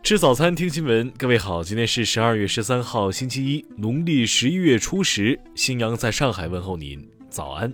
吃早餐听新闻，各位好，今天是12月13号星期一，农历11月初10，新阳在上海问候您，早安。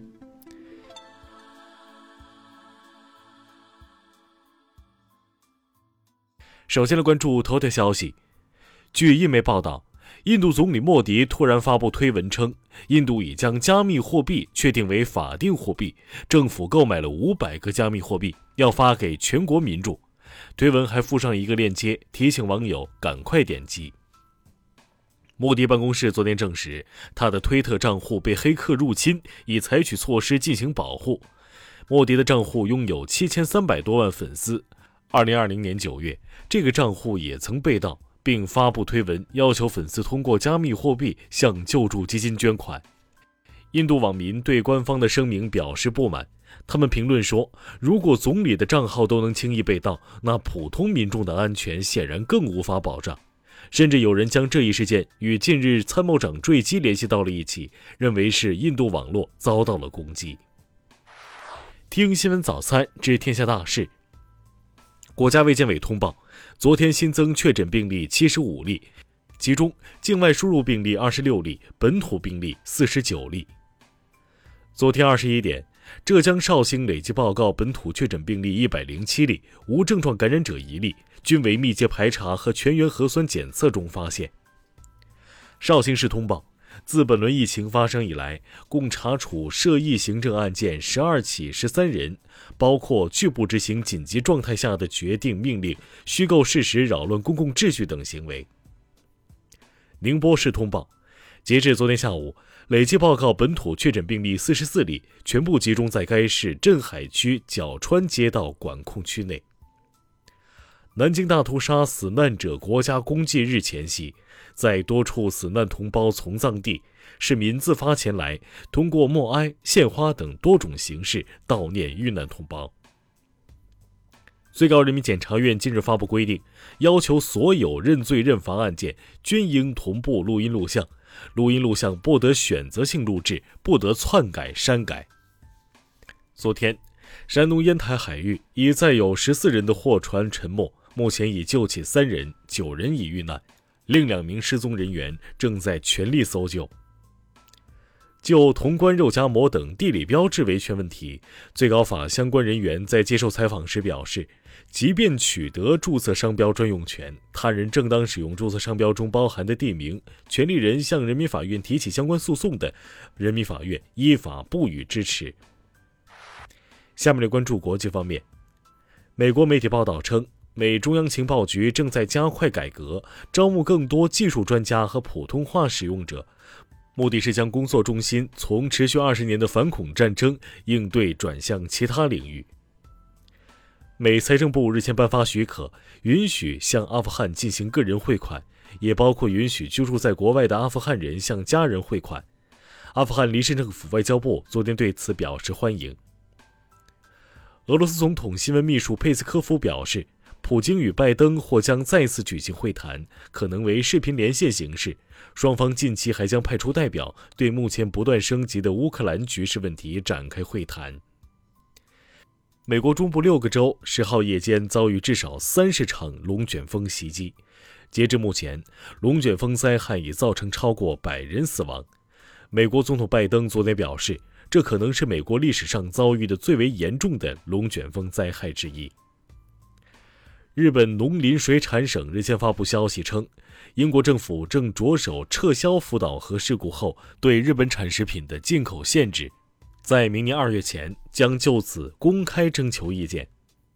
首先来关注头条消息。据印媒报道，印度总理莫迪突然发布推文称，印度已将加密货币确定为法定货币，政府购买了500个加密货币，要发给全国民众。推文还附上一个链接，提醒网友赶快点击。莫迪办公室昨天证实，他的推特账户被黑客入侵，已采取措施进行保护。莫迪的账户拥有7300多万粉丝。2020年9月，这个账户也曾被盗，并发布推文要求粉丝通过加密货币向救助基金捐款。印度网民对官方的声明表示不满，他们评论说，如果总理的账号都能轻易被盗，那普通民众的安全显然更无法保障。甚至有人将这一事件与近日参谋长坠机联系到了一起，认为是印度网络遭到了攻击。听新闻早餐知天下大事。国家卫健委通报，昨天新增确诊病例75例，其中境外输入病例26例，本土病例49例。昨天21点，浙江绍兴累计报告本土确诊病例107例，无症状感染者1例，均为密接排查和全员核酸检测中发现。绍兴市通报，自本轮疫情发生以来，共查处涉疫行政案件12起13人，包括拒不执行紧急状态下的决定命令、虚构事实扰乱公共秩序等行为。宁波市通报，截至昨天下午，累计报告本土确诊病例44例，全部集中在该市镇海区角川街道管控区内。南京大屠杀死难者国家公祭日前夕，在多处死难同胞从葬地，市民自发前来，通过默哀、献花等多种形式悼念遇难同胞。最高人民检察院近日发布规定，要求所有认罪认罚案件均应同步录音录像，录音录像不得选择性录制，不得篡改删改。昨天，山东烟台海域已再有14人的货船沉没，目前已救起3人，9人已遇难，另2名失踪人员正在全力搜救。就潼关肉夹馍等地理标志维权问题，最高法相关人员在接受采访时表示，即便取得注册商标专用权，他人正当使用注册商标中包含的地名，权利人向人民法院提起相关诉讼的，人民法院依法不予支持。下面来关注国际方面。美国媒体报道称，美中央情报局正在加快改革，招募更多技术专家和普通话使用者，目的是将工作重心从持续20年的反恐战争应对转向其他领域。美财政部日前颁发许可，允许向阿富汗进行个人汇款，也包括允许居住在国外的阿富汗人向家人汇款。阿富汗临时政府外交部昨天对此表示欢迎。俄罗斯总统新闻秘书佩斯科夫表示，普京与拜登或将再次举行会谈，可能为视频连线形式，双方近期还将派出代表对目前不断升级的乌克兰局势问题展开会谈。美国中部6个州10号夜间遭遇至少30场龙卷风袭击，截至目前，龙卷风灾害已造成超过100人死亡。美国总统拜登昨天表示，这可能是美国历史上遭遇的最为严重的龙卷风灾害之一。日本农林水产省日前发布消息称，英国政府正着手撤销福岛核事故后对日本产食品的进口限制，在明年2月前将就此公开征求意见。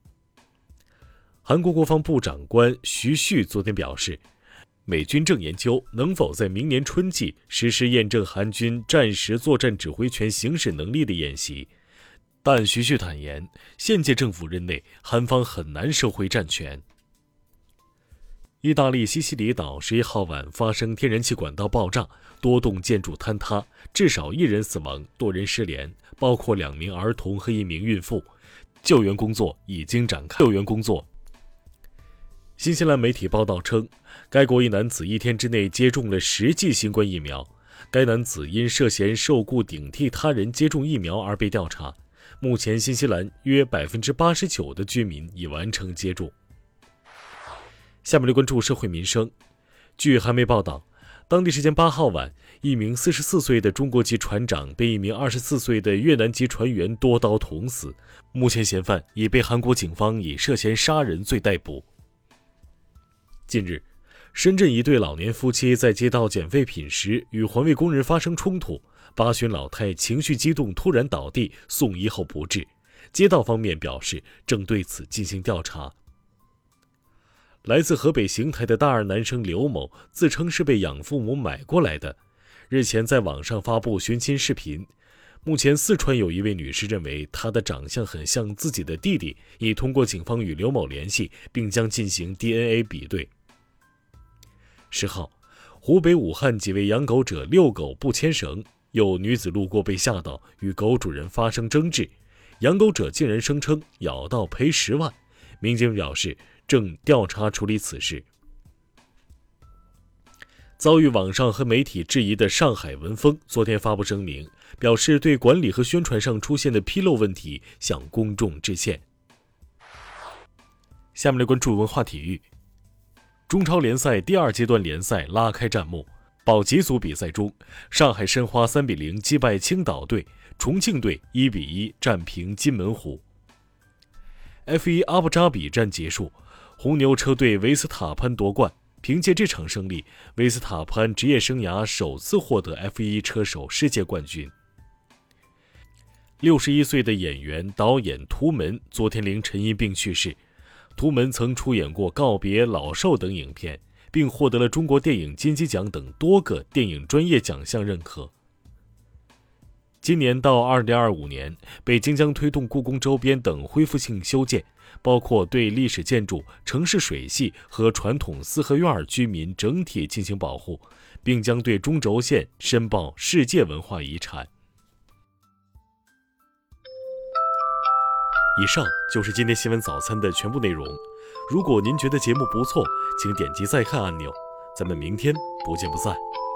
韩国国防部长官徐旭昨天表示，美军正研究能否在明年春季实施验证韩军战时作战指挥权行使能力的演习，但徐旭坦言，现届政府任内韩方很难收回战权。意大利西西里岛11号晚发生天然气管道爆炸，多栋建筑坍塌，至少1人死亡，多人失联，包括2名儿童和1名孕妇。救援工作已经展开。新西兰媒体报道称，该国一男子1天之内接种了10剂新冠疫苗，该男子因涉嫌受雇顶替他人接种疫苗而被调查。目前新西兰约89%的居民已完成接种。 下面来关注社会民生。据韩媒报道，当地时间8号晚，一名44岁的中国籍船长被一名24岁的越南籍船员多刀捅死。目前嫌犯已被韩国警方以涉嫌杀人罪逮捕。近日，深圳一对老年夫妻在街道捡废品时与环卫工人发生冲突，8旬老太情绪激动突然倒地，送医后不治。街道方面表示正对此进行调查。来自河北邢台的大二男生刘某自称是被养父母买过来的，日前在网上发布寻亲视频。目前四川有一位女士认为他的长相很像自己的弟弟，已通过警方与刘某联系，并将进行 DNA 比对。10号，湖北武汉几位养狗者遛狗不牵绳，有女子路过被吓到，与狗主人发生争执，养狗者竟然声称咬到赔10万。民警表示正调查处理此事。遭遇网上和媒体质疑的上海文峰昨天发布声明，表示对管理和宣传上出现的纰漏问题向公众致歉。下面来关注文化体育。中超联赛第2阶段联赛拉开战幕，保级组比赛中，上海申花3比0击败青岛队，重庆队1比1战平金门湖。F1 阿布扎比站结束，红牛车队维斯塔潘夺冠。凭借这场胜利，维斯塔潘职业生涯首次获得 F1 车手世界冠军。61岁的演员、导演图门昨天凌晨因病去世。图门曾出演过《告别老兽》等影片，并获得了中国电影金鸡奖等多个电影专业奖项认可。今年到2025年，北京将推动故宫周边等恢复性修建，包括对历史建筑、城市水系和传统四合院居民整体进行保护，并将对中轴线申报世界文化遗产。以上就是今天新闻早餐的全部内容。如果您觉得节目不错，请点击再看按钮。咱们明天不见不散。